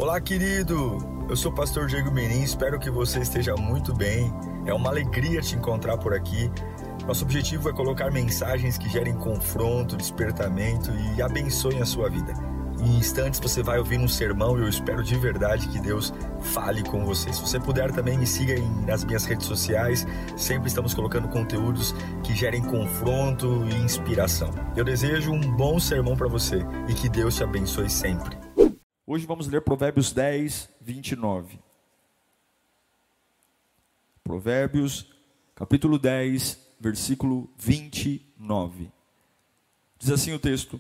Olá, querido! Eu sou o pastor Diego Menin, espero que você esteja muito bem. É uma alegria te encontrar por aqui. Nosso objetivo é colocar mensagens que gerem confronto, despertamento e abençoem a sua vida. Em instantes você vai ouvir um sermão e eu espero de verdade que Deus fale com você. Se você puder também me siga nas minhas redes sociais, sempre estamos colocando conteúdos que gerem confronto e inspiração. Eu desejo um bom sermão para você e que Deus te abençoe sempre. Hoje vamos ler Provérbios 10, 29. Provérbios, capítulo 10, versículo 29. Diz assim o texto: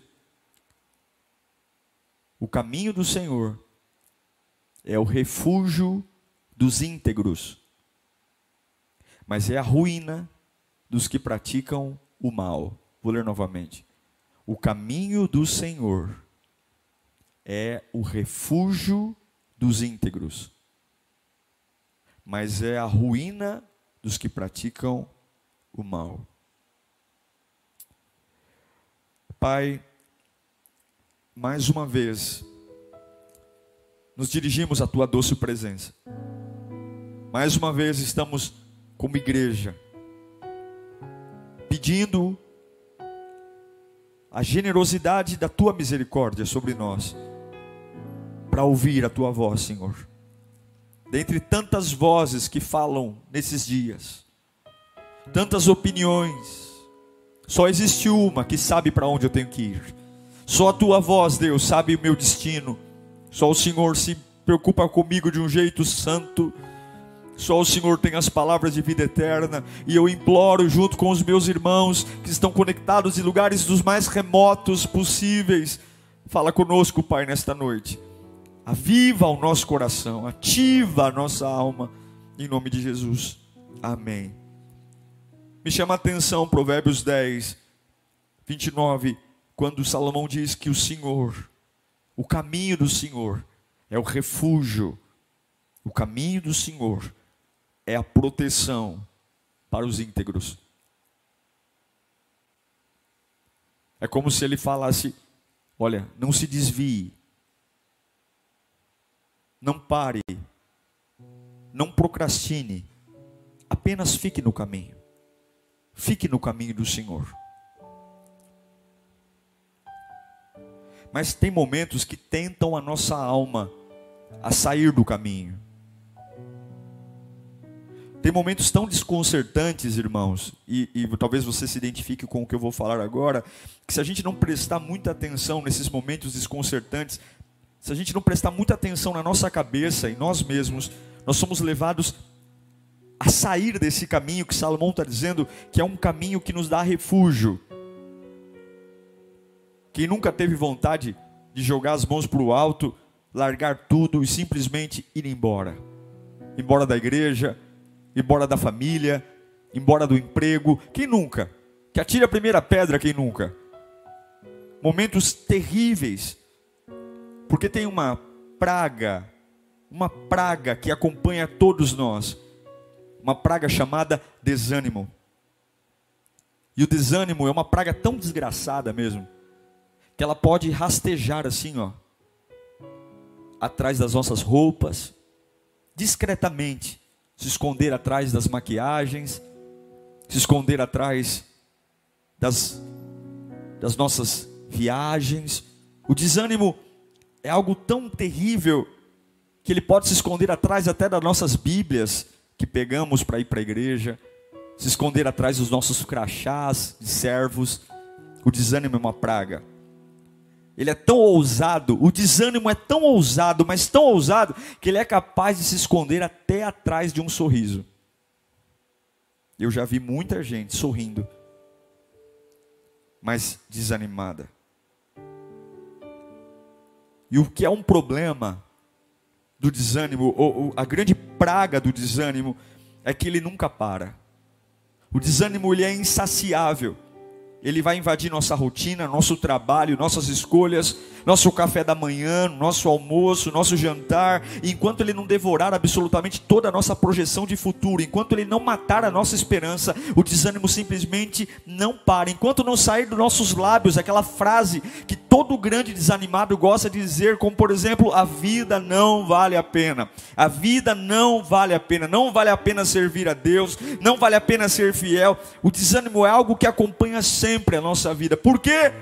o caminho do Senhor é o refúgio dos íntegros, mas é a ruína dos que praticam o mal. Vou ler novamente. O caminho do Senhor é o refúgio dos íntegros, mas é a ruína dos que praticam o mal. Pai, mais uma vez, nos dirigimos à Tua doce presença. Mais uma vez estamos como igreja, pedindo a generosidade da Tua misericórdia sobre nós, para ouvir a Tua voz, Senhor. Dentre tantas vozes que falam nesses dias, tantas opiniões, só existe uma que sabe para onde eu tenho que ir. Só a Tua voz, Deus, sabe o meu destino. Só o Senhor se preocupa comigo de um jeito santo. Só o Senhor tem as palavras de vida eterna. E eu imploro junto com os meus irmãos que estão conectados em lugares dos mais remotos possíveis. Fala conosco, Pai, nesta noite. Aviva o nosso coração, ativa a nossa alma, em nome de Jesus. Amém. Me chama a atenção Provérbios 10, 29, quando Salomão diz que o Senhor, o caminho do Senhor é o refúgio, o caminho do Senhor é a proteção para os íntegros. É como se ele falasse: olha, não se desvie, não pare, não procrastine, apenas fique no caminho. Fique no caminho do Senhor. Mas tem momentos que tentam a nossa alma a sair do caminho. Tem momentos tão desconcertantes, irmãos, e talvez você se identifique com o que eu vou falar agora, que se a gente não prestar muita atenção nesses momentos desconcertantes, se a gente não prestar muita atenção na nossa cabeça, em nós mesmos, nós somos levados a sair desse caminho que Salomão está dizendo que é um caminho que nos dá refúgio. Quem nunca teve vontade de jogar as mãos para o alto, largar tudo e simplesmente ir embora? Embora da igreja, embora da família, embora do emprego. Quem nunca? Que atire a primeira pedra, quem nunca? Momentos terríveis. Porque tem uma praga que acompanha todos nós. Uma praga chamada desânimo. E o desânimo é uma praga tão desgraçada mesmo, que ela pode rastejar assim, ó, atrás das nossas roupas, discretamente, se esconder atrás das maquiagens, se esconder atrás das nossas viagens. O desânimo é algo tão terrível que ele pode se esconder atrás até das nossas Bíblias que pegamos para ir para a igreja, se esconder atrás dos nossos crachás de servos. O desânimo é uma praga. Ele é tão ousado, o desânimo é tão ousado, mas tão ousado, que ele é capaz de se esconder até atrás de um sorriso. Eu já vi muita gente sorrindo, mas desanimada. E o que é um problema do desânimo, ou a grande praga do desânimo, é que ele nunca para. O desânimo, ele é insaciável. ele vai invadir nossa rotina, nosso trabalho, nossas escolhas, nosso café da manhã, nosso almoço, nosso jantar. E enquanto ele não devorar absolutamente toda a nossa projeção de futuro, enquanto ele não matar a nossa esperança, o desânimo simplesmente não para. Enquanto não sair dos nossos lábios aquela frase que todo grande desanimado gosta de dizer, como por exemplo, a vida não vale a pena. A vida não vale a pena. Não vale a pena servir a Deus. Não vale a pena ser fiel. O desânimo é algo que acompanha sempre a nossa vida. Por quê?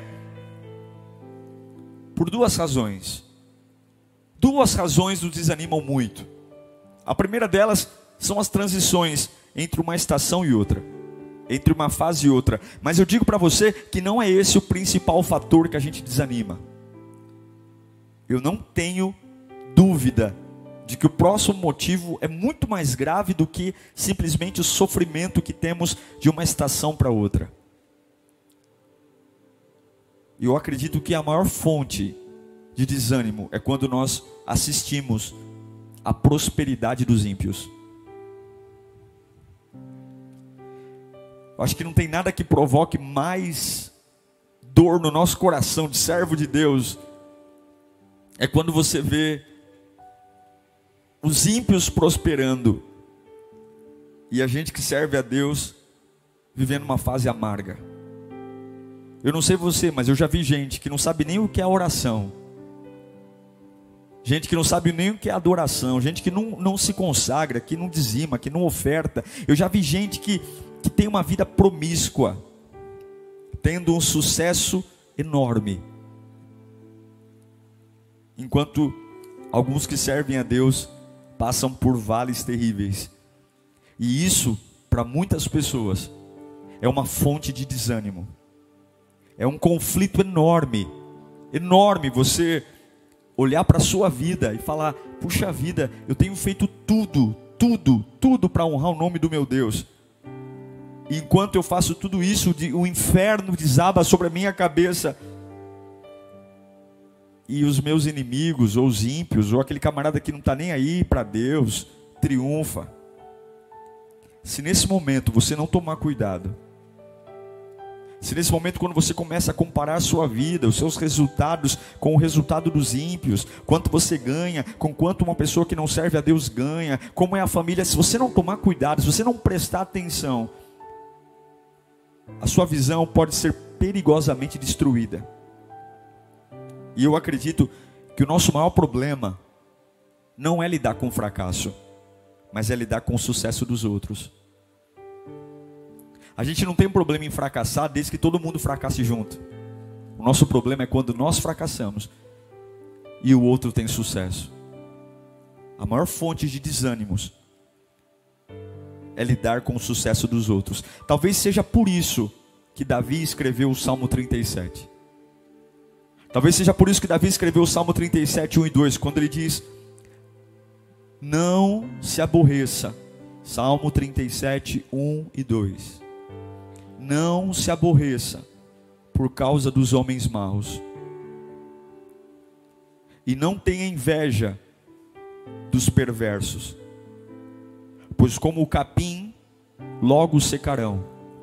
Por duas razões. Duas razões nos desanimam muito. A primeira delas são as transições entre uma estação e outra, entre uma fase e outra. Mas eu digo para você que não é esse o principal fator que a gente desanima. Eu não tenho dúvida de que o próximo motivo é muito mais grave do que simplesmente o sofrimento que temos de uma estação para outra. E eu acredito que a maior fonte de desânimo é quando nós assistimos à prosperidade dos ímpios. Eu acho que não tem nada que provoque mais dor no nosso coração de servo de Deus. É quando você vê os ímpios prosperando e a gente que serve a Deus vivendo uma fase amarga. Eu não sei você, mas eu já vi gente que não sabe nem o que é oração, gente que não sabe nem o que é adoração, gente que não se consagra, que não dizima, que não oferta. Eu já vi gente que tem uma vida promíscua, tendo um sucesso enorme, enquanto alguns que servem a Deus passam por vales terríveis. E isso, para muitas pessoas, é uma fonte de desânimo. É um conflito enorme, enorme, você olhar para a sua vida e falar, puxa vida, eu tenho feito tudo para honrar o nome do meu Deus. E enquanto eu faço tudo isso, o inferno desaba sobre a minha cabeça. E os meus inimigos, ou os ímpios, ou aquele camarada que não está nem aí para Deus, triunfa. Se nesse momento você não tomar cuidado, se nesse momento quando você começa a comparar a sua vida, os seus resultados com o resultado dos ímpios, quanto você ganha, com quanto uma pessoa que não serve a Deus ganha, como é a família, se você não tomar cuidado, se você não prestar atenção, a sua visão pode ser perigosamente destruída. E eu acredito que o nosso maior problema não é lidar com o fracasso, mas é lidar com o sucesso dos outros. A gente não tem problema em fracassar desde que todo mundo fracasse junto. O nosso problema é quando nós fracassamos e o outro tem sucesso. A maior fonte de desânimos é lidar com o sucesso dos outros. Talvez seja por isso que Davi escreveu o Salmo 37. Talvez seja por isso que Davi escreveu o Salmo 37, 1 e 2, quando ele diz: não se aborreça. Salmo 37, 1 e 2. Não se aborreça por causa dos homens maus, e não tenha inveja dos perversos, pois como o capim logo secarão,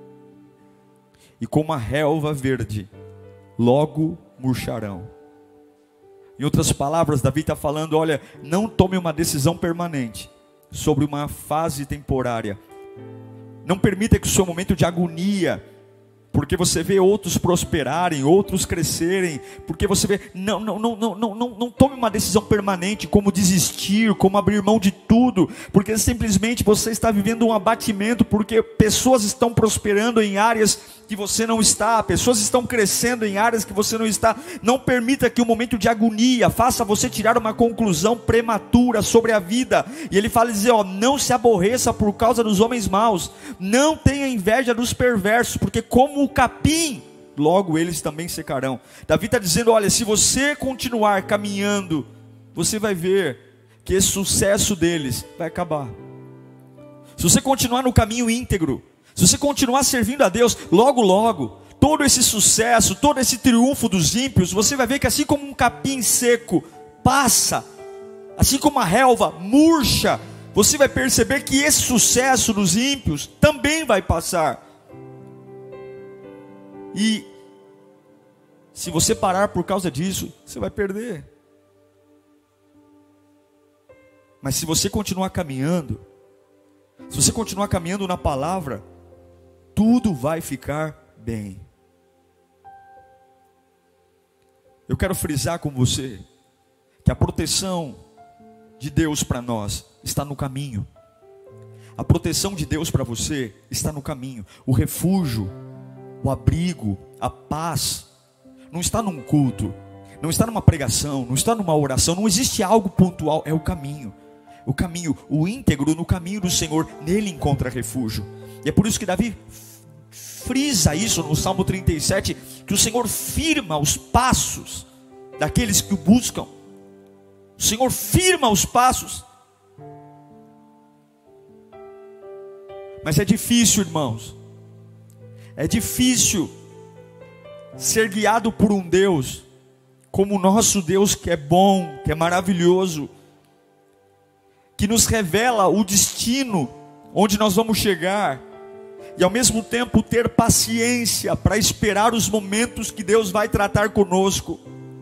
e como a relva verde logo murcharão. Em outras palavras, Davi está falando, olha, não tome uma decisão permanente sobre uma fase temporária. Não permita que o seu momento de agonia, porque você vê outros prosperarem, outros crescerem, porque você vê, não tome uma decisão permanente, como desistir, como abrir mão de tudo, porque simplesmente você está vivendo um abatimento, porque pessoas estão prosperando em áreas que você não está, pessoas estão crescendo em áreas que você não está. Não permita que o momento de agonia faça você tirar uma conclusão prematura sobre a vida. E ele fala, dizer, não se aborreça por causa dos homens maus, não tenha inveja dos perversos, porque como o capim, logo eles também secarão. Davi está dizendo, olha, se você continuar caminhando, você vai ver que esse sucesso deles vai acabar. Se você continuar no caminho íntegro, se você continuar servindo a Deus, logo logo, todo esse sucesso, todo esse triunfo dos ímpios, você vai ver que assim como um capim seco passa, assim como a relva murcha, você vai perceber que esse sucesso dos ímpios também vai passar. E se você parar por causa disso, você vai perder. Mas se você continuar caminhando, se você continuar caminhando na palavra, tudo vai ficar bem. Eu quero frisar com você que a proteção de Deus para nós está no caminho. A proteção de Deus para você está no caminho. O refúgio, o abrigo, a paz, não está num culto, não está numa pregação, não está numa oração, não existe algo pontual, é o caminho. O caminho, o íntegro no caminho do Senhor, nele encontra refúgio. E é por isso que Davi frisa isso no Salmo 37, que o Senhor firma os passos daqueles que o buscam. O Senhor firma os passos. Mas é difícil, irmãos. É difícil ser guiado por um Deus como o nosso Deus, que é bom, que é maravilhoso, que nos revela o destino onde nós vamos chegar, e ao mesmo tempo ter paciência para esperar os momentos que Deus vai tratar conosco.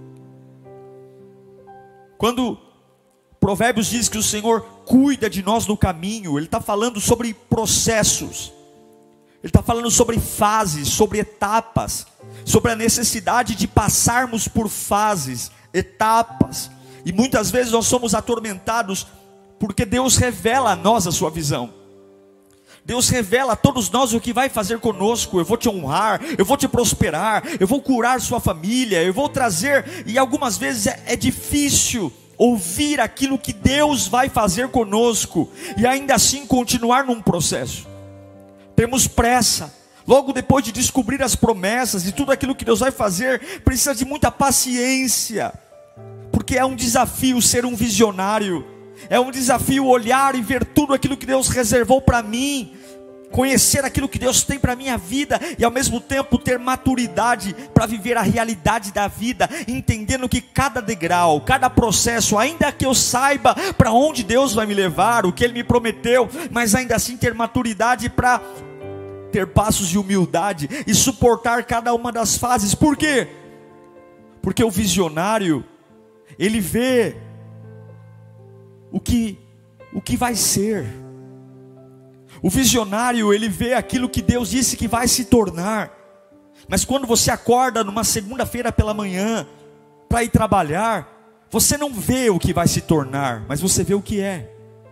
Quando Provérbios diz que o Senhor cuida de nós no caminho, Ele está falando sobre processos, Ele está falando sobre fases, sobre etapas, sobre a necessidade de passarmos por fases, etapas, e muitas vezes nós somos atormentados, porque Deus revela a nós a sua visão. Deus revela a todos nós o que vai fazer conosco. Eu vou te honrar, eu vou te prosperar, eu vou curar sua família, eu vou trazer. E algumas vezes é difícil ouvir aquilo que Deus vai fazer conosco, e ainda assim continuar num processo. Temos pressa. Logo depois de descobrir as promessas e tudo aquilo que Deus vai fazer, precisa de muita paciência, porque é um desafio ser um visionário. É um desafio olhar e ver tudo aquilo que Deus reservou para mim, conhecer aquilo que Deus tem para a minha vida, e ao mesmo tempo ter maturidade para viver a realidade da vida, entendendo que cada degrau, cada processo, ainda que eu saiba para onde Deus vai me levar, o que Ele me prometeu, mas ainda assim ter maturidade para ter passos de humildade e suportar cada uma das fases. Por quê? Porque o visionário, ele vê o que vai ser. O visionário, ele vê aquilo que Deus disse que vai se tornar. Mas quando você acorda numa segunda-feira pela manhã para ir trabalhar, você não vê o que vai se tornar, mas você vê o que é.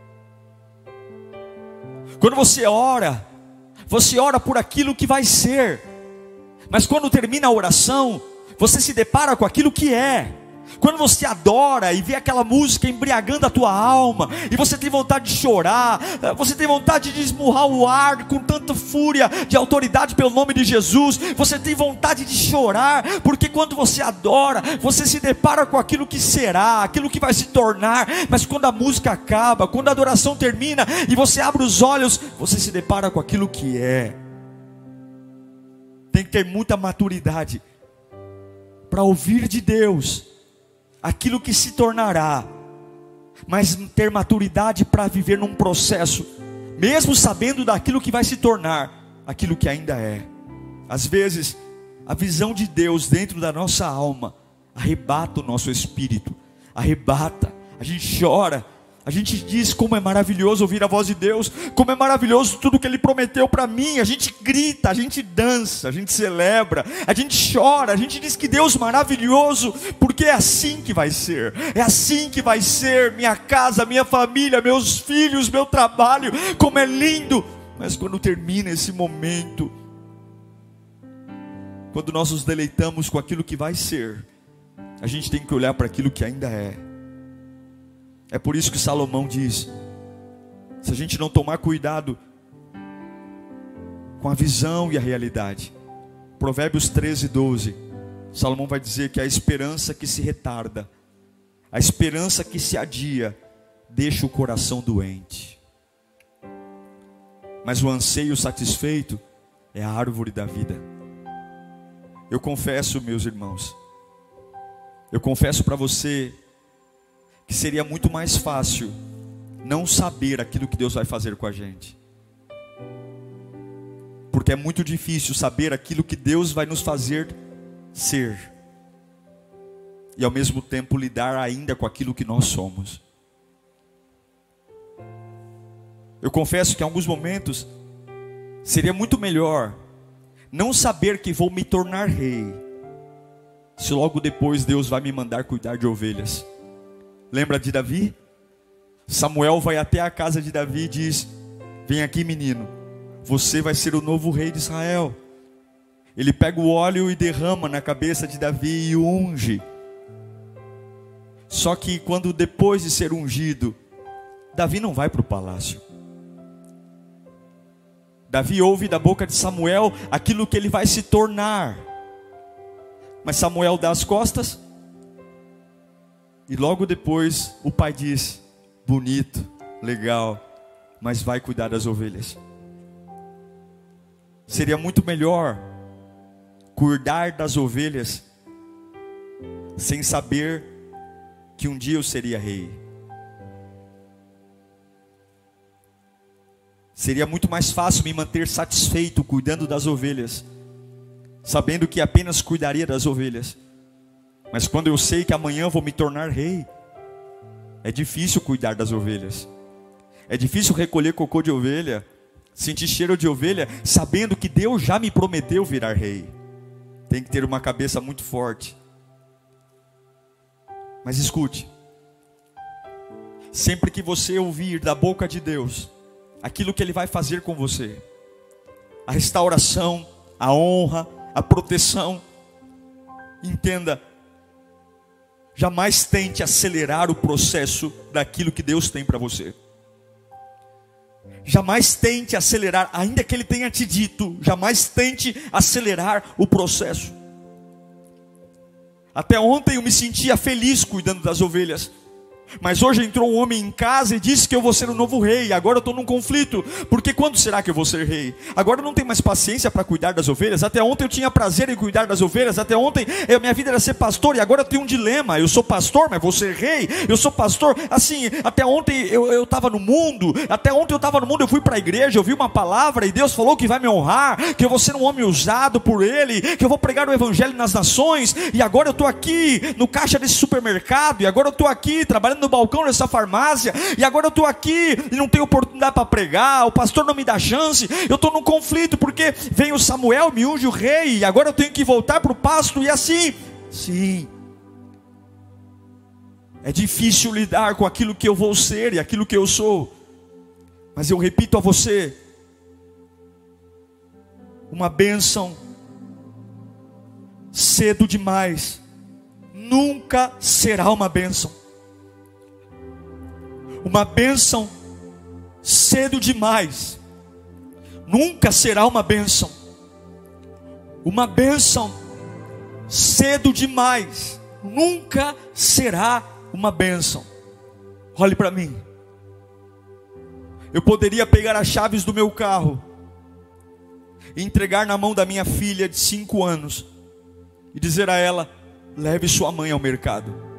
Quando você ora por aquilo que vai ser, mas quando termina a oração, você se depara com aquilo que é. Quando você adora e vê aquela música embriagando a tua alma, e você tem vontade de chorar, você tem vontade de esmurrar o ar com tanta fúria de autoridade pelo nome de Jesus, você tem vontade de chorar, porque quando você adora, você se depara com aquilo que será, aquilo que vai se tornar. Mas quando a música acaba, quando a adoração termina e você abre os olhos, você se depara com aquilo que é. Tem que ter muita maturidade para ouvir de Deus aquilo que se tornará, mas ter maturidade para viver num processo, mesmo sabendo daquilo que vai se tornar, aquilo que ainda é. Às vezes, a visão de Deus dentro da nossa alma arrebata o nosso espírito, arrebata, a gente chora, a gente diz como é maravilhoso ouvir a voz de Deus, como é maravilhoso tudo que Ele prometeu para mim. A gente grita, a gente dança, a gente celebra, a gente chora, a gente diz que Deus maravilhoso, porque é assim que vai ser, é assim que vai ser minha casa, minha família, meus filhos, meu trabalho, como é lindo. Mas quando termina esse momento, quando nós nos deleitamos com aquilo que vai ser, a gente tem que olhar para aquilo que ainda é. É por isso que Salomão diz, se a gente não tomar cuidado com a visão e a realidade, Provérbios 13:12, Salomão vai dizer que a esperança que se retarda, a esperança que se adia, deixa o coração doente, mas o anseio satisfeito é a árvore da vida. Eu confesso, meus irmãos, eu confesso para você que seria muito mais fácil não saber aquilo que Deus vai fazer com a gente, Porque é muito difícil saber aquilo que Deus vai nos fazer ser, e ao mesmo tempo lidar ainda com aquilo que nós somos. Eu confesso que em alguns momentos seria muito melhor não saber que vou me tornar rei, se logo depois Deus vai me mandar cuidar de ovelhas. Lembra de Davi? Samuel vai até a casa de Davi e diz: vem aqui, menino, você vai ser o novo rei de Israel. Ele pega o óleo e derrama na cabeça de Davi e o unge. Só que quando depois de ser ungido, Davi não vai para o palácio. Davi ouve da boca de Samuel aquilo que ele vai se tornar. Mas Samuel dá as costas. E logo depois o pai diz: bonito, legal, mas vai cuidar das ovelhas. Seria muito melhor cuidar das ovelhas sem saber que um dia eu seria rei. Seria muito mais fácil me manter satisfeito cuidando das ovelhas, sabendo que apenas cuidaria das ovelhas. Mas quando eu sei que amanhã vou me tornar rei, é difícil cuidar das ovelhas. É difícil recolher cocô de ovelha, sentir cheiro de ovelha, sabendo que Deus já me prometeu virar rei. Tem que ter uma cabeça muito forte. Mas escute, sempre que você ouvir da boca de Deus aquilo que Ele vai fazer com você, a restauração, a honra, a proteção, entenda, jamais tente acelerar o processo daquilo que Deus tem para você. Jamais tente acelerar, ainda que Ele tenha te dito, jamais tente acelerar o processo. Até ontem eu me sentia feliz cuidando das ovelhas, mas hoje entrou um homem em casa e disse que eu vou ser o novo rei. Agora eu estou num conflito, porque quando será que eu vou ser rei? Agora eu não tenho mais paciência para cuidar das ovelhas. Até ontem eu tinha prazer em cuidar das ovelhas. Até ontem minha vida era ser pastor, e agora eu tenho um dilema. Eu sou pastor, mas vou ser rei. Eu sou pastor, assim, até ontem eu estava no mundo. Até ontem eu estava no mundo, eu fui para a igreja, eu vi uma palavra e Deus falou que vai me honrar, que eu vou ser um homem usado por Ele, que eu vou pregar o evangelho nas nações. E agora eu estou aqui no caixa desse supermercado, e agora eu estou aqui trabalhando no balcão dessa farmácia, e agora eu estou aqui e não tenho oportunidade para pregar, o pastor não me dá chance. Eu estou num conflito, porque vem o Samuel, me unge o rei, e agora eu tenho que voltar para o pasto. E assim, sim, é difícil lidar com aquilo que eu vou ser e aquilo que eu sou. Mas eu repito a você, uma bênção cedo demais nunca será uma bênção. Uma bênção cedo demais nunca será uma bênção. Uma bênção cedo demais nunca será uma bênção. Olhe para mim. Eu poderia pegar as chaves do meu carro e entregar na mão da minha filha de 5 anos e dizer a ela: leve sua mãe ao mercado.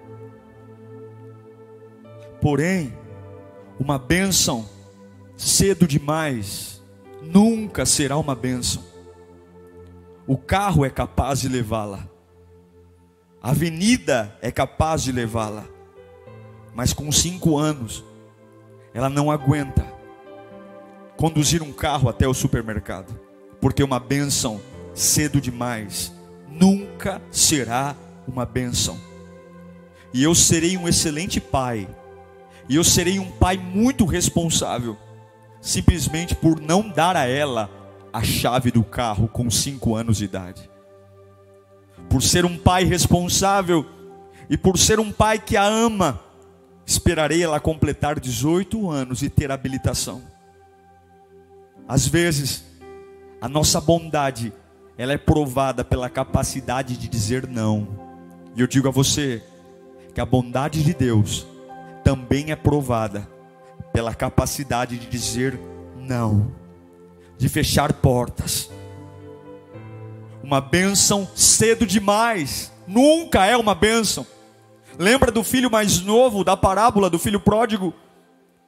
Porém, uma bênção cedo demais nunca será uma bênção. O carro é capaz de levá-la, a avenida é capaz de levá-la, mas com 5 anos ela não aguenta conduzir um carro até o supermercado, porque uma bênção cedo demais nunca será uma bênção. E eu serei um excelente pai, e eu serei um pai muito responsável, simplesmente por não dar a ela a chave do carro com 5 anos de idade. Por ser um pai responsável, e por ser um pai que a ama, esperarei ela completar 18 anos e ter habilitação. Às vezes, a nossa bondade, ela é provada pela capacidade de dizer não. E eu digo a você, que a bondade de Deus também é provada pela capacidade de dizer não, de fechar portas. Uma bênção cedo demais nunca é uma bênção. Lembra do filho mais novo, da parábola do filho pródigo?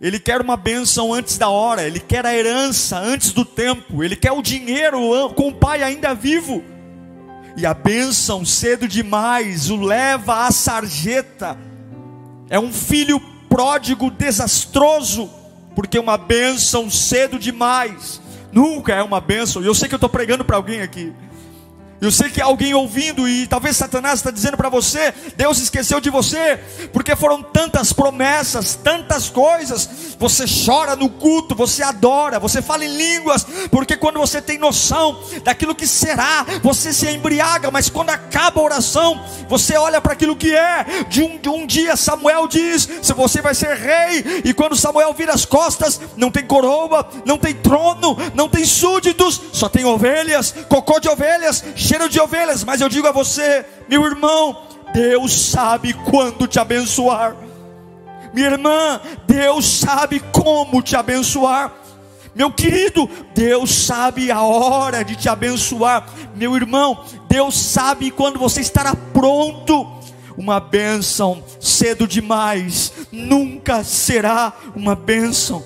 Ele quer uma bênção antes da hora, ele quer a herança antes do tempo, ele quer o dinheiro com o pai ainda vivo. E a bênção cedo demais o leva à sarjeta. É um filho pródigo desastroso, porque uma bênção cedo demais nunca é uma bênção. E eu sei que eu estou pregando para alguém aqui. Eu sei que há alguém ouvindo e talvez Satanás está dizendo para você: Deus esqueceu de você, porque foram tantas promessas, tantas coisas. Você chora no culto, você adora, você fala em línguas, porque quando você tem noção daquilo que será, você se embriaga. Mas quando acaba a oração, você olha para aquilo que é. De um dia Samuel diz: se você vai ser rei. E quando Samuel vira as costas, não tem coroa, não tem trono, não tem súditos, só tem ovelhas, cocô de ovelhas, cheiro de ovelhas. Mas eu digo a você, meu irmão, Deus sabe quando te abençoar. Minha irmã, Deus sabe como te abençoar. Meu querido, Deus sabe a hora de te abençoar. Meu irmão, Deus sabe quando você estará pronto. Uma bênção cedo demais nunca será uma bênção.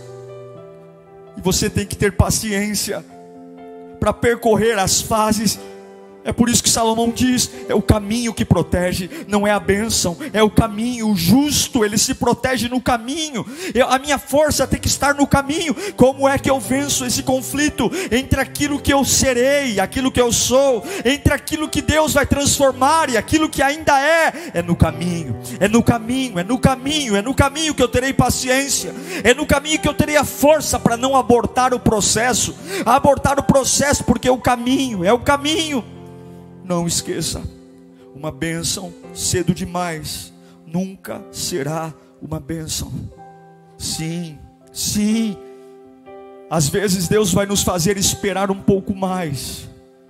E você tem que ter paciência para percorrer as fases. É por isso que Salomão diz: é o caminho que protege, não é a bênção, é o caminho. O justo, ele se protege no caminho. A minha força tem que estar no caminho. Como é que eu venço esse conflito entre aquilo que eu serei, aquilo que eu sou, entre aquilo que Deus vai transformar e aquilo que ainda é? É no caminho, é no caminho, é no caminho, é no caminho que eu terei paciência, é no caminho que eu terei a força para não abortar o processo, porque o caminho é o caminho. Não esqueça, uma bênção cedo demais nunca será uma bênção. Sim, sim, às vezes Deus vai nos fazer esperar um pouco mais.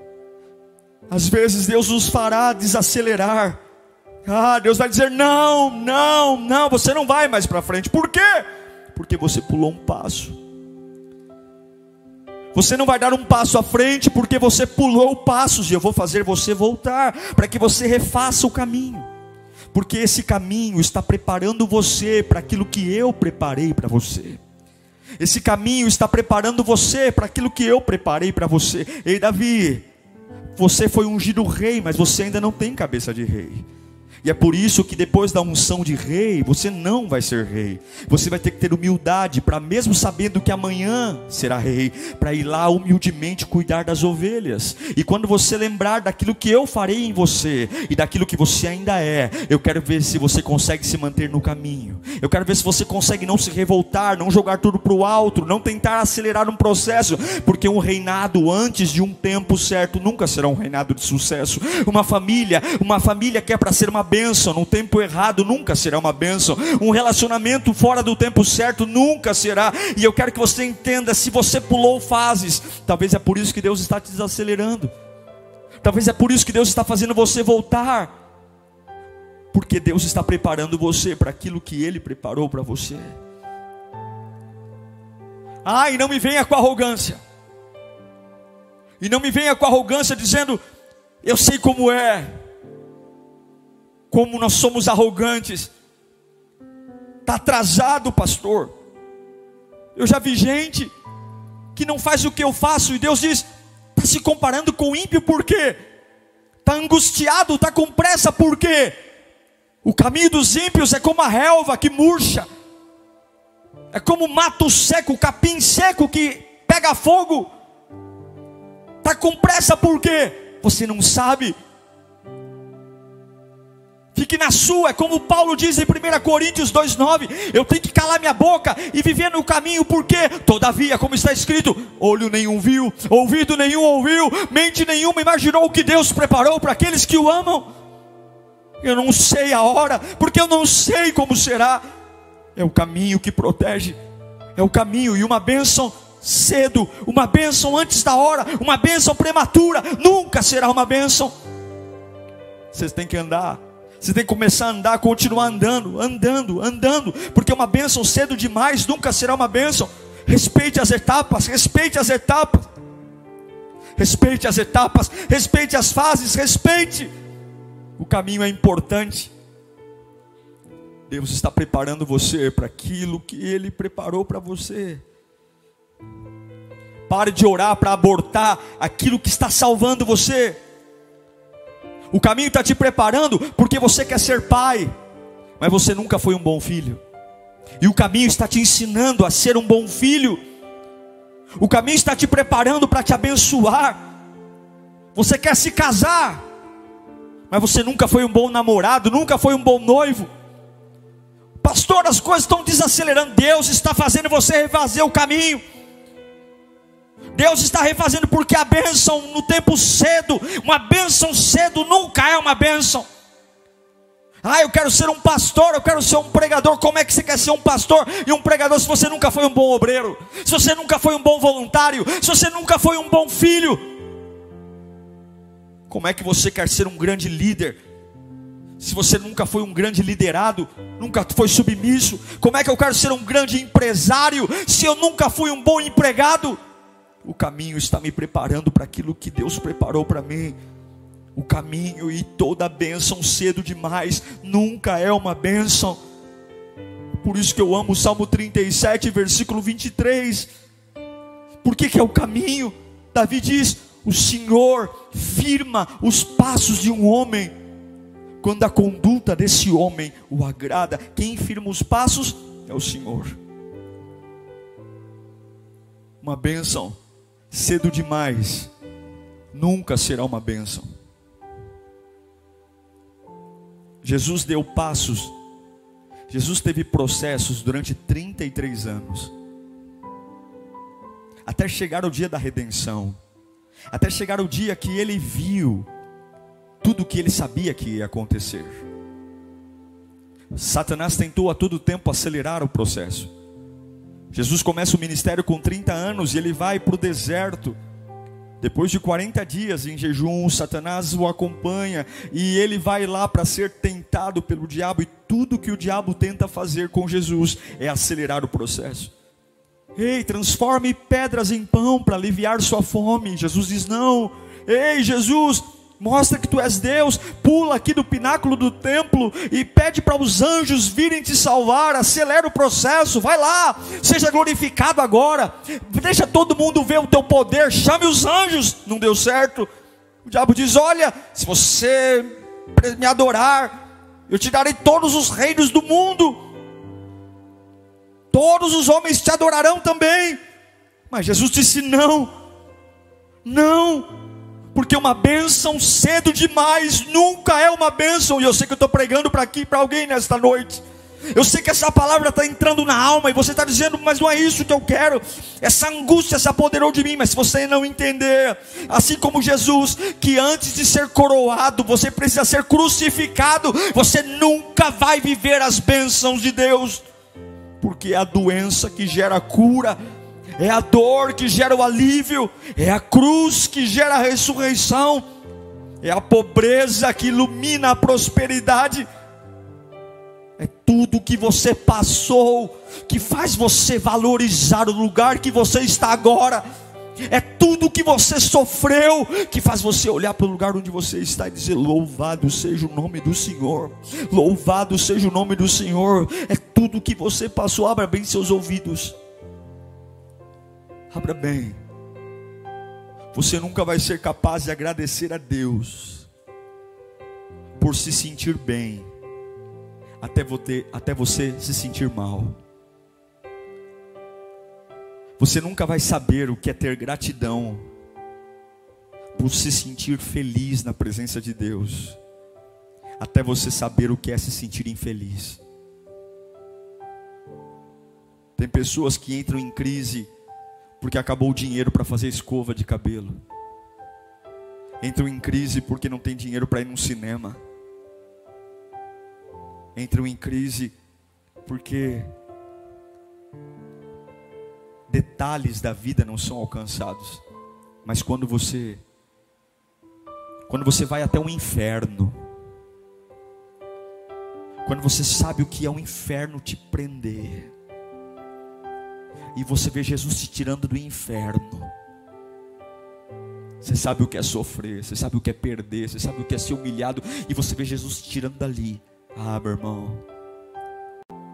Às vezes Deus nos fará desacelerar. Deus vai dizer: não, você não vai mais para frente. Por quê? Porque você pulou um passo. Você não vai dar um passo à frente porque você pulou passos. E eu vou fazer você voltar, para que você refaça o caminho. Porque esse caminho está preparando você para aquilo que eu preparei para você. Esse caminho está preparando você para aquilo que eu preparei para você. Ei, Davi, você foi ungido rei, mas você ainda não tem cabeça de rei. E é por isso que depois da unção de rei, você não vai ser rei. Você vai ter que ter humildade para, mesmo sabendo que amanhã será rei, para ir lá humildemente cuidar das ovelhas. E quando você lembrar daquilo que eu farei em você e daquilo que você ainda é, eu quero ver se você consegue se manter no caminho. Eu quero ver se você consegue não se revoltar, não jogar tudo para o alto, não tentar acelerar um processo, porque um reinado antes de um tempo certo nunca será um reinado de sucesso. Uma família que é para ser uma bênção no tempo errado nunca será uma bênção. Um relacionamento fora do tempo certo nunca será. E eu quero que você entenda: se você pulou fases, talvez é por isso que Deus está te desacelerando. Talvez é por isso que Deus está fazendo você voltar, porque Deus está preparando você para aquilo que Ele preparou para você. E não me venha com arrogância. E não me venha com arrogância dizendo: eu sei como é. Como nós somos arrogantes. Está atrasado, pastor. Eu já vi gente que não faz o que eu faço, e Deus diz: está se comparando com o ímpio por quê? Está angustiado, está com pressa por quê? O caminho dos ímpios é como a relva que murcha, é como o mato seco, o capim seco que pega fogo. Está com pressa por quê? Você não sabe. Fique na sua. É como Paulo diz em 1 Coríntios 2,9: eu tenho que calar minha boca e viver no caminho, porque todavia, como está escrito, olho nenhum viu, ouvido nenhum ouviu, mente nenhuma imaginou o que Deus preparou para aqueles que o amam. Eu não sei a hora, porque eu não sei como será. É o caminho que protege, é o caminho. E uma bênção cedo, uma bênção antes da hora, uma bênção prematura nunca será uma bênção. Vocês têm que andar. Você tem que começar a andar, continuar andando, porque uma bênção cedo demais nunca será uma bênção. Respeite as etapas, respeite as etapas, respeite as fases, respeite. O caminho é importante. Deus está preparando você para aquilo que Ele preparou para você. Pare de orar para abortar aquilo que está salvando você. O caminho está te preparando porque você quer ser pai, mas você nunca foi um bom filho. E o caminho está te ensinando a ser um bom filho. O caminho está te preparando para te abençoar. Você quer se casar, mas você nunca foi um bom namorado, nunca foi um bom noivo. Pastor, as coisas estão desacelerando. Deus está fazendo você refazer o caminho. Deus está refazendo, porque a bênção no tempo cedo, uma bênção cedo nunca é uma bênção. Eu quero ser um pastor, eu quero ser um pregador. Como é que você quer ser um pastor e um pregador se você nunca foi um bom obreiro? Se você nunca foi um bom voluntário? Se você nunca foi um bom filho? Como é que você quer ser um grande líder se você nunca foi um grande liderado, nunca foi submisso? Como é que eu quero ser um grande empresário se eu nunca fui um bom empregado? O caminho está me preparando para aquilo que Deus preparou para mim. O caminho e toda a bênção cedo demais nunca é uma bênção. Por isso que eu amo o Salmo 37, versículo 23. Por que é o caminho? Davi diz: o Senhor firma os passos de um homem, quando a conduta desse homem o agrada. Quem firma os passos é o Senhor. Uma bênção cedo demais nunca será uma bênção. Jesus deu passos, Jesus teve processos durante 33 anos, até chegar o dia da redenção, até chegar o dia que ele viu tudo o que ele sabia que ia acontecer. Satanás tentou a todo tempo acelerar o processo. Jesus começa o ministério com 30 anos e ele vai para o deserto. Depois de 40 dias em jejum, Satanás o acompanha e ele vai lá para ser tentado pelo diabo. E tudo que o diabo tenta fazer com Jesus é acelerar o processo. Ei, transforme pedras em pão para aliviar sua fome. Jesus diz não. Ei, Jesus, mostra que tu és Deus. Pula aqui do pináculo do templo e pede para os anjos virem te salvar. Acelera o processo, vai lá, seja glorificado agora. Deixa todo mundo ver o teu poder, chame os anjos. Não deu certo. O diabo diz: olha, se você me adorar, eu te darei todos os reinos do mundo, todos os homens te adorarão também. Mas Jesus disse não, não, porque uma bênção cedo demais nunca é uma bênção. E eu sei que eu estou pregando para aqui, para alguém nesta noite. Eu sei que essa palavra está entrando na alma e você está dizendo: mas não é isso que eu quero. Essa angústia se apoderou de mim. Mas se você não entender, assim como Jesus, que antes de ser coroado você precisa ser crucificado, você nunca vai viver as bênçãos de Deus. Porque é a doença que gera a cura, é a dor que gera o alívio, é a cruz que gera a ressurreição, é a pobreza que ilumina a prosperidade. É tudo que você passou que faz você valorizar o lugar que você está agora. É tudo que você sofreu que faz você olhar para o lugar onde você está e dizer: louvado seja o nome do Senhor, louvado seja o nome do Senhor. É tudo que você passou. Abra bem seus ouvidos, abra bem. Você nunca vai ser capaz de agradecer a Deus por se sentir bem até você se sentir mal. Você nunca vai saber o que é ter gratidão por se sentir feliz na presença de Deus até você saber o que é se sentir infeliz. Tem pessoas que entram em crise porque acabou o dinheiro para fazer escova de cabelo. Entram em crise porque não tem dinheiro para ir num cinema. Entram em crise porque detalhes da vida não são alcançados. Mas quando você vai até o inferno, quando você sabe o que é o inferno te prender, e você vê Jesus te tirando do inferno, você sabe o que é sofrer, você sabe o que é perder, você sabe o que é ser humilhado, e você vê Jesus te tirando dali. Ah, meu irmão,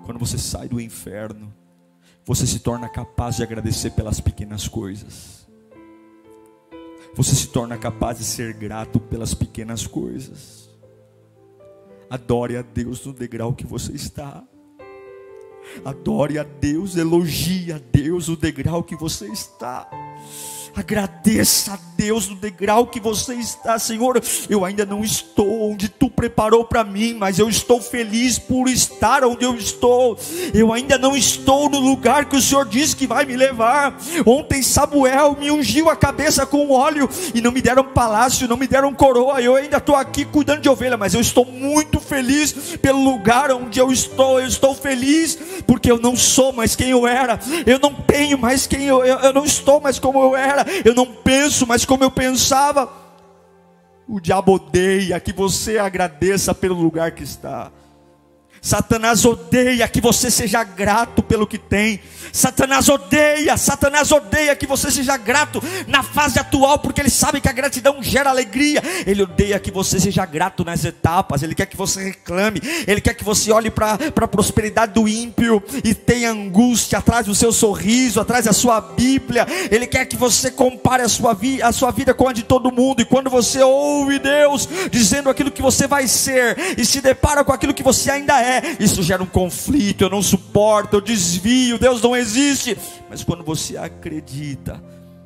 Quando você sai do inferno, você se torna capaz de agradecer pelas pequenas coisas. Você se torna capaz de ser grato pelas pequenas coisas. Adore a Deus no degrau que você está. Adore a Deus, elogie a Deus no degrau que você está. Agradeça a Deus no degrau que você está. Senhor, eu ainda não estou onde Tu preparou para mim, mas eu estou feliz por estar onde eu estou. Eu ainda não estou no lugar que o Senhor disse que vai me levar. Ontem Samuel me ungiu a cabeça com óleo e não me deram palácio, não me deram coroa. Eu ainda estou aqui cuidando de ovelha, mas eu estou muito feliz pelo lugar onde eu estou. Eu estou feliz porque eu não sou mais quem eu era. Eu não tenho mais quem eu não estou mais como eu era. Eu não penso mais como eu pensava. O diabo odeia que você agradeça pelo lugar que está. Satanás odeia que você seja grato pelo que tem. Satanás odeia que você seja grato na fase atual, porque ele sabe que a gratidão gera alegria. Ele odeia que você seja grato nas etapas. Ele quer que você reclame. Ele quer que você olhe para a prosperidade do ímpio e tenha angústia atrás do seu sorriso, atrás da sua Bíblia. Ele quer que você compare a sua vida com a de todo mundo. E quando você ouve Deus dizendo aquilo que você vai ser e se depara com aquilo que você ainda é, isso gera um conflito. Eu não suporto, eu desvio, Deus não existe. Mas quando você acredita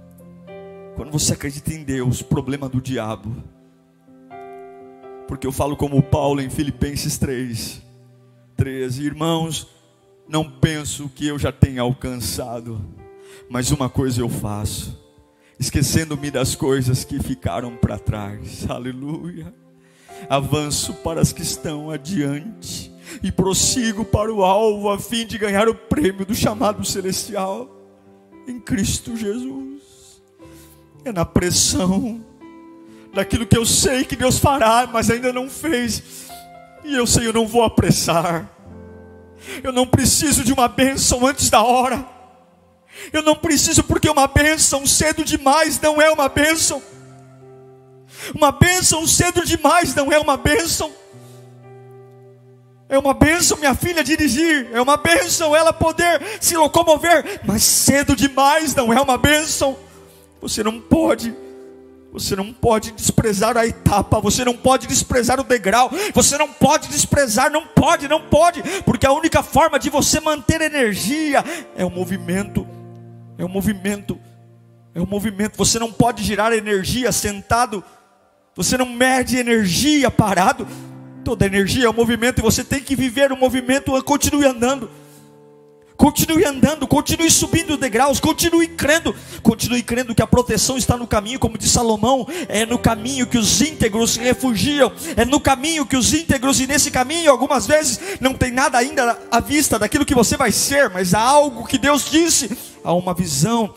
em Deus, problema do diabo. Porque eu falo como Paulo em Filipenses 3:13, irmãos, não penso que eu já tenha alcançado, mas uma coisa eu faço, esquecendo-me das coisas que ficaram para trás, aleluia, avanço para as que estão adiante e prossigo para o alvo, a fim de ganhar o prêmio do chamado celestial em Cristo Jesus. É na pressão daquilo que eu sei que Deus fará, mas ainda não fez, e eu sei, eu não vou apressar. Eu não preciso de uma bênção antes da hora. Eu não preciso, porque uma bênção cedo demais não é uma bênção. Uma bênção cedo demais não é uma bênção. É uma bênção minha filha dirigir, é uma bênção ela poder se locomover, mas cedo demais não é uma bênção. Você não pode desprezar a etapa, você não pode desprezar o degrau, você não pode desprezar, não pode, porque a única forma de você manter energia é o movimento, você não pode girar energia sentado, você não mede energia parado. Toda energia é um movimento e você tem que viver o movimento. Continue andando, continue subindo degraus, continue crendo que a proteção está no caminho, como diz Salomão, é no caminho que os íntegros se refugiam, é no caminho que os íntegros, e nesse caminho algumas vezes não tem nada ainda à vista daquilo que você vai ser, mas há algo que Deus disse, há uma visão,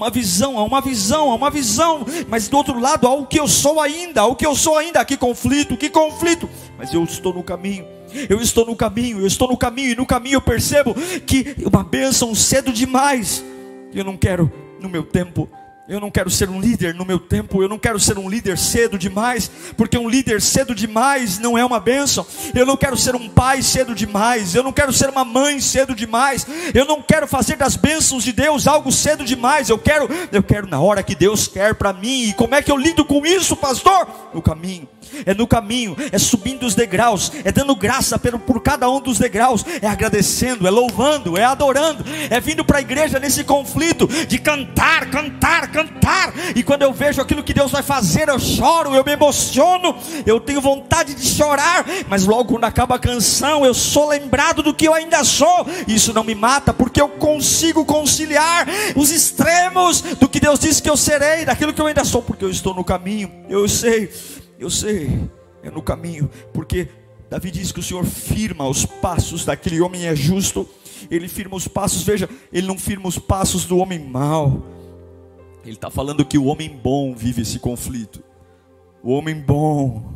mas do outro lado há o que eu sou ainda, que conflito, mas eu estou no caminho, e no caminho eu percebo que uma bênção cedo demais. Eu não quero no meu tempo, eu não quero ser um líder no meu tempo, eu não quero ser um líder cedo demais, porque um líder cedo demais não é uma bênção. Eu não quero ser um pai cedo demais, eu não quero ser uma mãe cedo demais, eu não quero fazer das bênçãos de Deus algo cedo demais. Eu quero na hora que Deus quer para mim. E como é que eu lido com isso, pastor? No caminho, é subindo os degraus, é dando graça por cada um dos degraus, é agradecendo, é louvando, é adorando, é vindo para a igreja nesse conflito de cantar, e quando eu vejo aquilo que Deus vai fazer, eu choro, eu me emociono, eu tenho vontade de chorar, mas logo quando acaba a canção, eu sou lembrado do que eu ainda sou. Isso não me mata, porque eu consigo conciliar os extremos do que Deus disse que eu serei, daquilo que eu ainda sou, porque eu estou no caminho. Eu sei, é no caminho, porque Davi diz que o Senhor firma os passos daquele homem é justo. Ele firma os passos, veja, ele não firma os passos do homem mau. Ele está falando que o homem bom vive esse conflito. O homem bom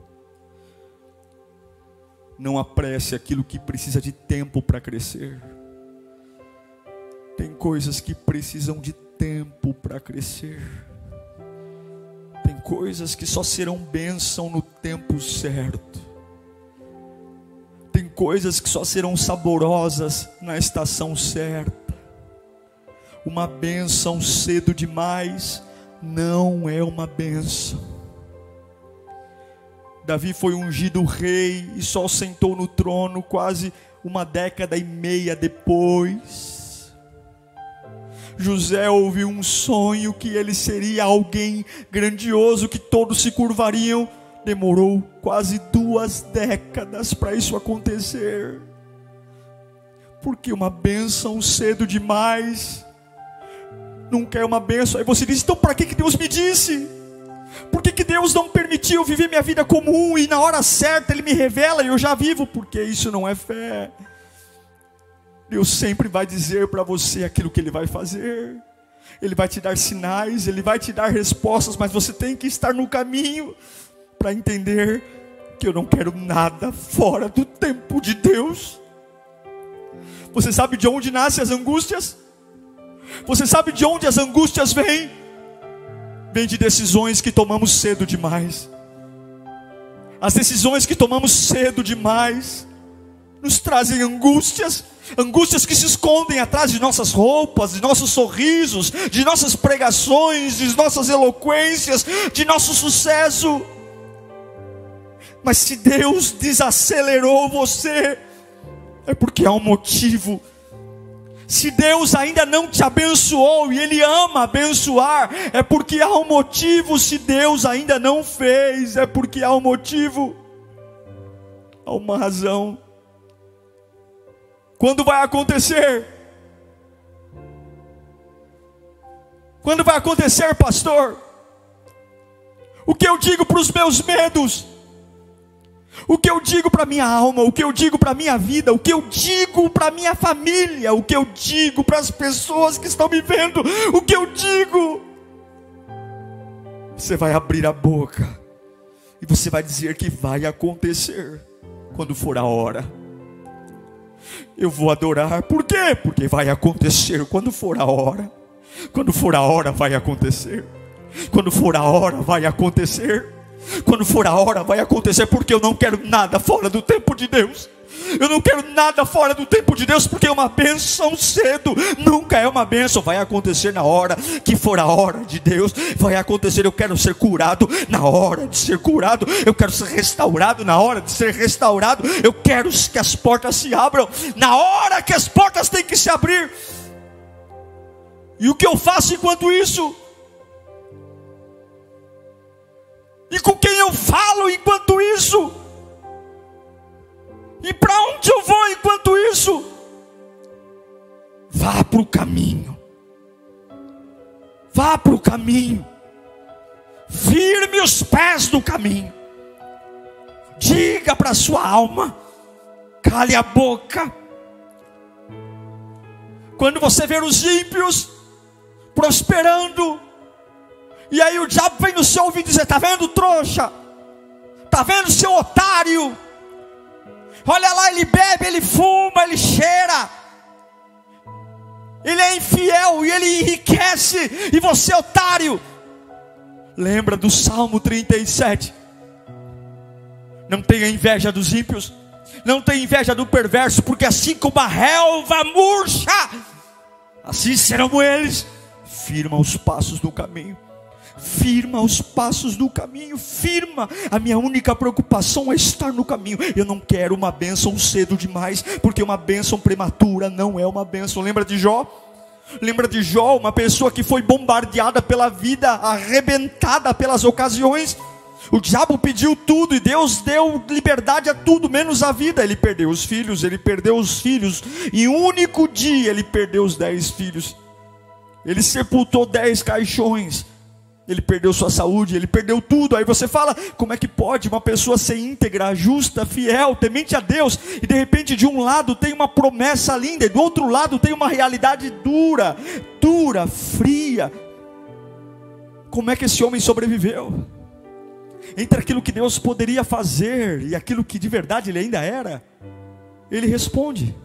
não apresse aquilo que precisa de tempo para crescer. Tem coisas que precisam de tempo para crescer. Tem coisas que só serão bênção no tempo certo. Tem coisas que só serão saborosas na estação certa. Uma bênção cedo demais não é uma bênção. Davi foi ungido rei e só sentou no trono quase 1,5 décadas depois. José ouviu um sonho que ele seria alguém grandioso, que todos se curvariam. Demorou quase 2 décadas para isso acontecer. Porque uma bênção cedo demais nunca é uma bênção. Aí você diz: então para que Deus me disse? Por que Deus não permitiu viver minha vida comum e na hora certa Ele me revela e eu já vivo? Porque isso não é fé. Deus sempre vai dizer para você aquilo que Ele vai fazer. Ele vai te dar sinais, Ele vai te dar respostas, mas você tem que estar no caminho para entender que eu não quero nada fora do tempo de Deus. Você sabe de onde nascem as angústias? Você sabe de onde as angústias vêm? Vem de decisões que tomamos cedo demais. As decisões que tomamos cedo demais nos trazem angústias, angústias que se escondem atrás de nossas roupas, de nossos sorrisos, de nossas pregações, de nossas eloquências, de nosso sucesso. Mas se Deus desacelerou você, é porque há um motivo. Se Deus ainda não te abençoou e Ele ama abençoar, é porque há um motivo. Se Deus ainda não fez, é porque há um motivo, há uma razão. Quando vai acontecer? Quando vai acontecer, pastor? O que eu digo para os meus medos? O que eu digo para minha alma, o que eu digo para minha vida, o que eu digo para minha família, o que eu digo para as pessoas que estão me vendo, o que eu digo? Você vai abrir a boca e você vai dizer que vai acontecer quando for a hora. Eu vou adorar, por quê? Porque vai acontecer quando for a hora. Quando for a hora vai acontecer. Quando for a hora vai acontecer. Quando for a hora vai acontecer, porque eu não quero nada fora do tempo de Deus. Eu não quero nada fora do tempo de Deus, porque uma bênção cedo nunca é uma bênção. Vai acontecer na hora que for a hora de Deus. Vai acontecer. Eu quero ser curado na hora de ser curado. Eu quero ser restaurado na hora de ser restaurado. Eu quero que as portas se abram na hora que as portas têm que se abrir. E o que eu faço enquanto isso? E com quem eu falo enquanto isso? E para onde eu vou enquanto isso? Vá para o caminho. Vá para o caminho. Firme os pés no caminho. Diga para a sua alma: cale a boca. Quando você ver os ímpios prosperando, e aí o diabo vem no seu ouvido dizer: está vendo, trouxa? Está vendo, seu otário? Olha lá, ele bebe, ele fuma, ele cheira, ele é infiel e ele enriquece, e você é otário. Lembra do Salmo 37? Não tenha inveja dos ímpios, não tenha inveja do perverso, porque assim como a relva murcha, assim serão eles. Firma os passos no caminho. Firma os passos do caminho, firma. A minha única preocupação é estar no caminho. Eu não quero uma bênção cedo demais, porque uma bênção prematura não é uma bênção. Lembra de Jó? Lembra de Jó, uma pessoa que foi bombardeada pela vida, arrebentada pelas ocasiões. O diabo pediu tudo e Deus deu liberdade a tudo, menos a vida. Ele perdeu os filhos, em um único dia ele perdeu os 10 filhos. Ele sepultou 10 caixões. Ele perdeu sua saúde, ele perdeu tudo. Aí você fala: como é que pode uma pessoa ser íntegra, justa, fiel, temente a Deus, e de repente de um lado tem uma promessa linda, e do outro lado tem uma realidade dura, fria? Como é que esse homem sobreviveu? Entre aquilo que Deus poderia fazer e aquilo que de verdade ele ainda era, ele responde.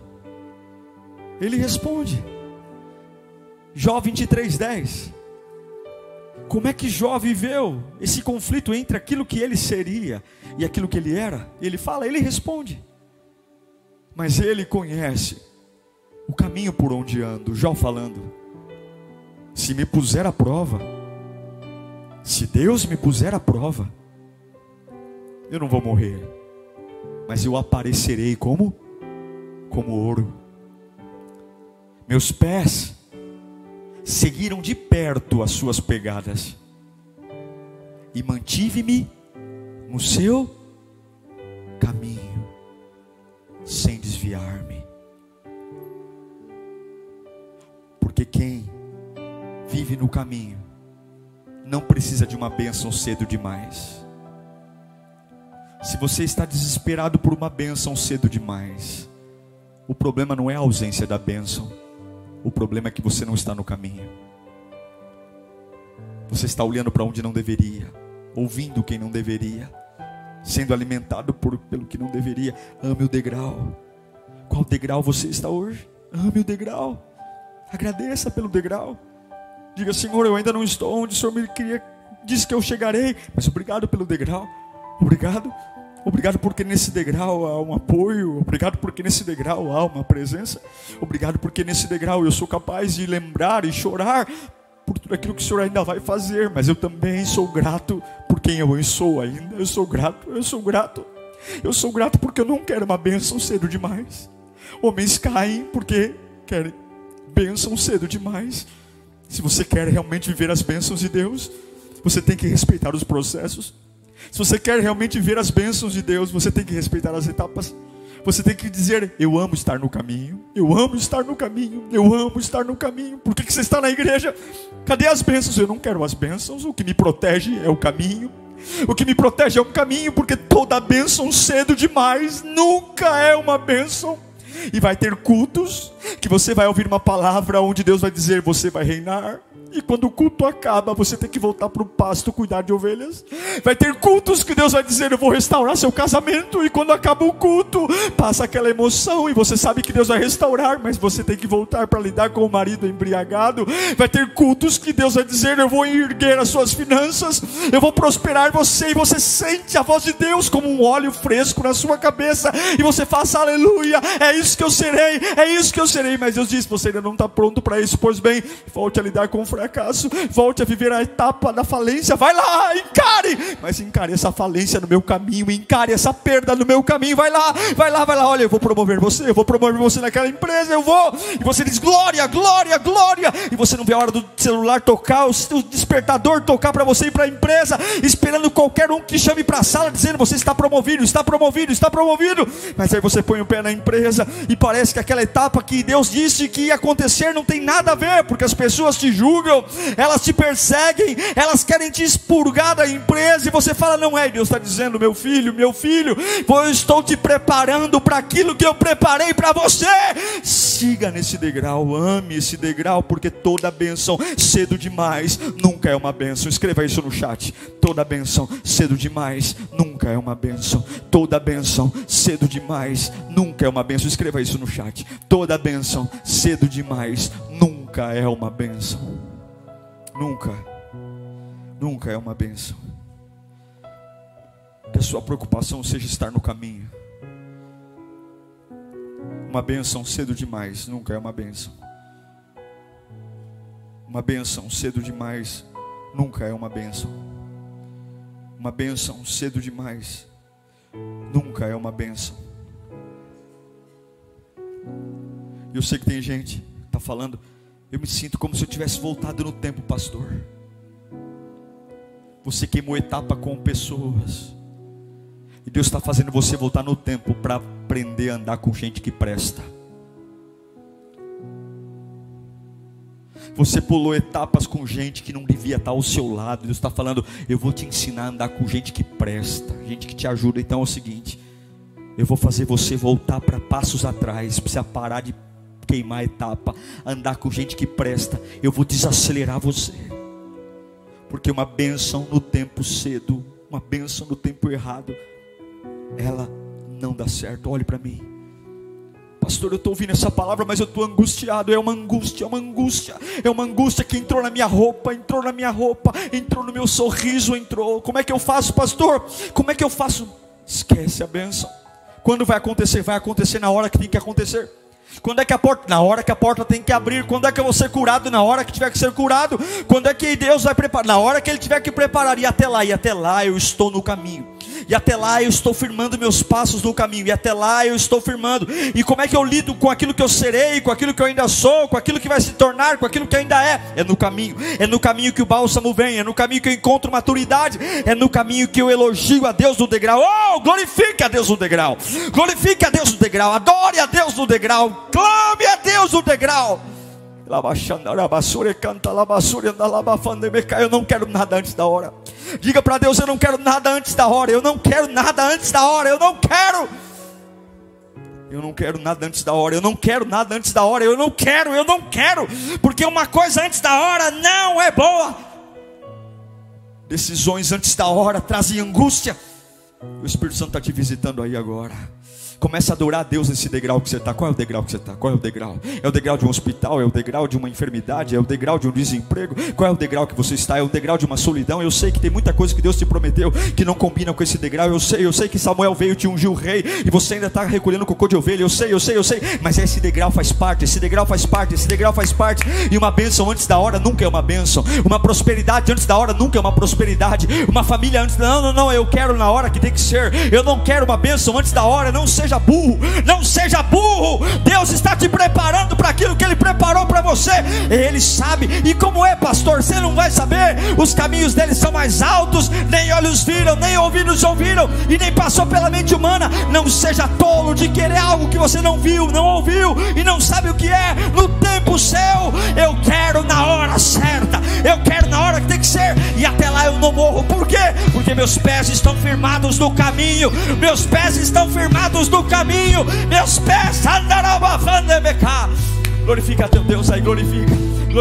Jó 23:10. Como é que Jó viveu esse conflito entre aquilo que ele seria e aquilo que ele era? Ele fala, ele responde. mas Ele conhece o caminho por onde ando. Jó falando: se me puser à prova, se Deus me puser à prova, eu não vou morrer, mas eu aparecerei como ouro. Meus pés seguiram de perto as suas pegadas, e mantive-me no seu caminho, sem desviar-me. Porque quem vive no caminho não precisa de uma bênção cedo demais. Se você está desesperado por uma bênção cedo demais, o problema não é a ausência da bênção, o problema é que você não está no caminho. Você está olhando para onde não deveria, ouvindo quem não deveria, sendo alimentado pelo que não deveria. Ame o degrau. Qual degrau você está hoje? Ame o degrau. Agradeça pelo degrau. Diga: Senhor, eu ainda não estou onde o Senhor disse que eu chegarei, mas obrigado pelo degrau. Obrigado porque nesse degrau há um apoio. Obrigado porque nesse degrau há uma presença. Obrigado porque nesse degrau eu sou capaz de lembrar e chorar por tudo aquilo que o Senhor ainda vai fazer. Mas eu também sou grato por quem eu sou ainda. Eu sou grato porque eu não quero uma bênção cedo demais. Homens caem porque querem bênção cedo demais. Se você quer realmente viver as bênçãos de Deus, você tem que respeitar os processos. Se você quer realmente ver as bênçãos de Deus, você tem que respeitar as etapas. Você tem que dizer: eu amo estar no caminho. Eu amo estar no caminho. Eu amo estar no caminho. Por que você está na igreja? Cadê as bênçãos? Eu não quero as bênçãos. O que me protege é o caminho. O que me protege é o caminho, porque toda bênção cedo demais nunca é uma bênção. E vai ter cultos que você vai ouvir uma palavra onde Deus vai dizer: você vai reinar. E quando o culto acaba, você tem que voltar para o pasto cuidar de ovelhas. Vai ter cultos que Deus vai dizer: eu vou restaurar seu casamento. E quando acaba o culto, passa aquela emoção e você sabe que Deus vai restaurar, mas você tem que voltar para lidar com o marido embriagado. Vai ter cultos que Deus vai dizer: eu vou erguer as suas finanças, eu vou prosperar você. E você sente a voz de Deus como um óleo fresco na sua cabeça, e você faz: aleluia, é isso que eu serei, é isso que eu serei. Mas Deus diz: você ainda não está pronto para isso. Pois bem, volte a lidar com o fracasso, volte a viver a etapa da falência. Vai lá, encare, mas encare essa falência no meu caminho, encare essa perda no meu caminho. Vai lá. Olha, eu vou promover você naquela empresa, eu vou. E você diz: glória, glória, glória. E você não vê a hora do celular tocar, o despertador tocar para você ir para a empresa, esperando qualquer um que chame para a sala, dizendo: você está promovido, está promovido, está promovido. Mas aí você põe o pé na empresa e parece que aquela etapa que Deus disse que ia acontecer não tem nada a ver, porque as pessoas te julgam, elas te perseguem, elas querem te expurgar da empresa, e você fala: não é. E Deus está dizendo: meu filho, eu estou te preparando para aquilo que eu preparei para você. Siga nesse degrau, ame esse degrau, porque toda bênção cedo demais nunca é uma bênção. Escreva isso no chat: toda bênção cedo demais nunca é uma bênção. Toda bênção cedo demais nunca é uma bênção. Escreva isso no chat: toda bênção cedo demais nunca é uma bênção. Nunca é uma bênção. Que a sua preocupação seja estar no caminho. Uma bênção cedo demais nunca é uma bênção. Uma bênção cedo demais nunca é uma bênção. Uma bênção cedo demais nunca é uma bênção. Eu sei que tem gente que está falando: eu me sinto como se eu tivesse voltado no tempo, pastor. Você queimou etapa com pessoas, e Deus está fazendo você voltar no tempo para aprender a andar com gente que presta. Você pulou etapas com gente que não devia estar ao seu lado. Deus está falando: eu vou te ensinar a andar com gente que presta, gente que te ajuda. Então é o seguinte: eu vou fazer você voltar para passos atrás, precisa parar de queimar etapa, andar com gente que presta. Eu vou desacelerar você, porque uma bênção no tempo cedo, uma bênção no tempo errado, ela não dá certo. Olhe para mim: pastor, eu estou ouvindo essa palavra, mas eu estou angustiado. É uma angústia que entrou na minha roupa, entrou no meu sorriso, entrou. Como é que eu faço, pastor? Como é que eu faço? Esquece a bênção. Quando vai acontecer? Vai acontecer na hora que tem que acontecer. Quando é que a porta? Na hora que a porta tem que abrir. Quando é que eu vou ser curado? Na hora que tiver que ser curado. Quando é que Deus vai preparar? Na hora que Ele tiver que preparar. E até lá eu estou no caminho. E até lá eu estou firmando meus passos no caminho. E até lá eu estou firmando. E como é que eu lido com aquilo que eu serei, com aquilo que eu ainda sou, com aquilo que vai se tornar, com aquilo que ainda é? É no caminho. É no caminho que o bálsamo vem. É no caminho que eu encontro maturidade. É no caminho que eu elogio a Deus no degrau. Oh, glorifique a Deus no degrau. Glorifique a Deus no degrau. Adore a Deus no degrau. Clame a Deus no degrau. Eu não quero nada antes da hora. Diga para Deus: eu não quero nada antes da hora. Eu não quero nada antes da hora. Eu não quero nada antes da hora. Eu não quero nada antes da hora. Eu não quero. Porque uma coisa antes da hora não é boa. Decisões antes da hora trazem angústia. O Espírito Santo está te visitando aí agora. Comece a adorar a Deus nesse degrau que você está. Qual é o degrau que você está? Qual é o degrau? É o degrau de um hospital? É o degrau de uma enfermidade? É o degrau de um desemprego? Qual é o degrau que você está? É o degrau de uma solidão? Eu sei que tem muita coisa que Deus te prometeu que não combina com esse degrau. Eu sei que Samuel veio te ungiu o rei e você ainda está recolhendo cocô de ovelha. Eu sei. Mas esse degrau faz parte. Esse degrau faz parte. E uma bênção antes da hora nunca é uma bênção. Uma prosperidade antes da hora nunca é uma prosperidade. Uma família antes da... Não. Eu quero na hora que tem que ser. Eu não quero uma bênção antes da hora. Não seja burro. Deus está te preparando para aquilo que Ele preparou para você. Ele sabe. E como é, pastor? Você não vai saber. Os caminhos dele são mais altos. Nem olhos viram, nem ouvidos ouviram, e nem passou pela mente humana. Não seja tolo de querer algo que você não viu, não ouviu e não sabe o que é. No tempo seu, eu quero na hora certa. Eu quero na hora que tem que ser. E até lá eu não morro. Por quê? Porque meus pés estão firmados no caminho. Meus pés estão firmados no caminho. Meus pés glorifica a teu Deus aí, glorifique.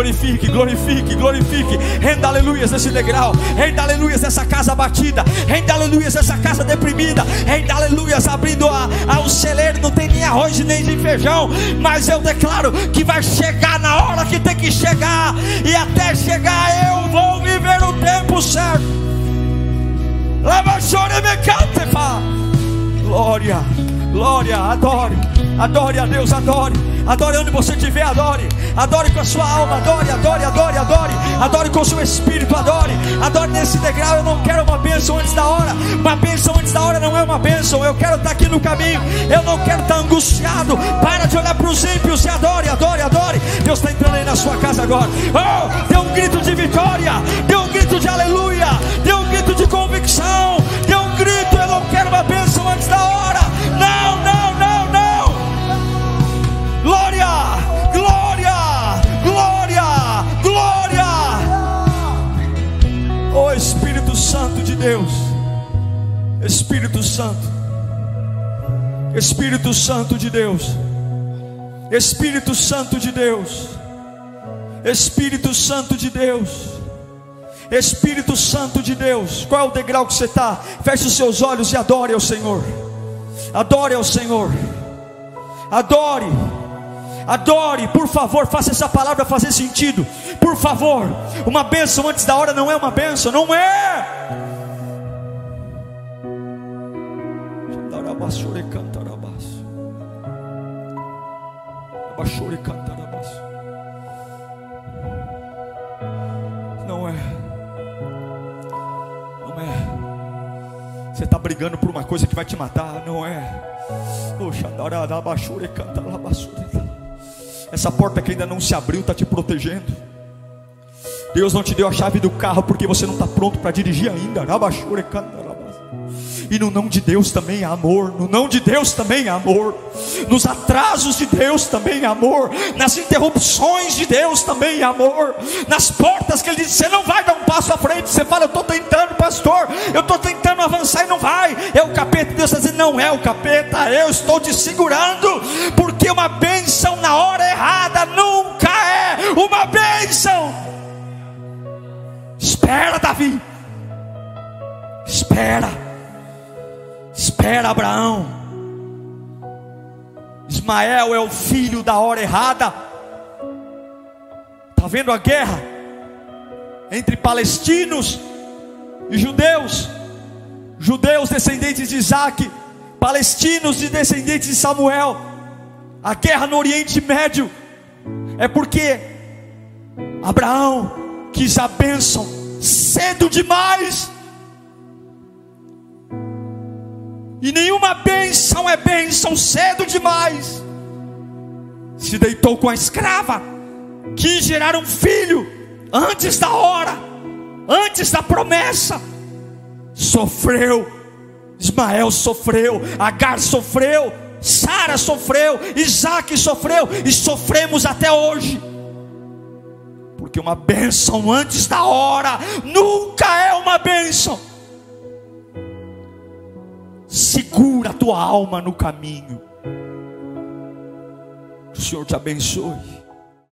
Renda aleluias nesse degrau. Renda aleluias nessa casa batida. Renda aleluias nessa casa deprimida. Renda aleluias abrindo o celeiro. Não tem nem arroz nem de feijão. Mas eu declaro que vai chegar na hora que tem que chegar. E até chegar eu vou viver o tempo certo. Glória, adore a Deus, adore onde você estiver, adore com a sua alma, adore com o seu espírito, adore nesse degrau. Eu não quero uma bênção antes da hora. Uma bênção antes da hora não é uma bênção. Eu quero estar aqui no caminho, eu não quero estar angustiado. Para de olhar para os ímpios e adore. Deus está entrando aí na sua casa agora. Oh, dê um grito de vitória, dê um grito de aleluia, dê um grito de convicção, dê um grito: eu não quero uma bênção antes da hora. Não. Glória. Oh Espírito Santo de Deus. Espírito Santo de Deus. Espírito Santo de Deus. Espírito Santo de Deus. Espírito Santo de Deus. Qual é o degrau que você está? Feche os seus olhos e adore ao Senhor. Adore ao Senhor. Adore, por favor, faça essa palavra fazer sentido. Por favor, uma bênção antes da hora não é uma bênção, não é. Não é. Você está brigando por uma coisa que vai te matar, não é. Essa porta que ainda não se abriu está te protegendo. Deus não te deu a chave do carro porque você não está pronto para dirigir ainda. E no não de Deus também há amor. No não de Deus também há amor. Nos atrasos de Deus também há amor. Nas interrupções de Deus também há amor. Nas portas que Ele diz: você não vai dar um passo à frente. Você fala: eu estou tentando, pastor, eu estou tentando avançar e não vai. É o capeta. Deus está dizendo: não é o capeta, eu estou te segurando. Porque uma bênção na hora errada nunca é uma bênção. Espera, Davi. Espera, Abraão. Ismael é o filho da hora errada. Está vendo a guerra entre palestinos e judeus? Judeus descendentes de Isaac palestinos e descendentes de Samuel, a guerra no Oriente Médio, é porque Abraão quis a bênção cedo demais. E nenhuma bênção é bênção cedo demais. Se deitou com a escrava, quis gerar um filho antes da hora, antes da promessa. Sofreu, Ismael sofreu, Agar sofreu, Sara sofreu, Isaac sofreu, e sofremos até hoje. Porque uma bênção antes da hora nunca é uma bênção. Segura a tua alma no caminho. O Senhor te abençoe.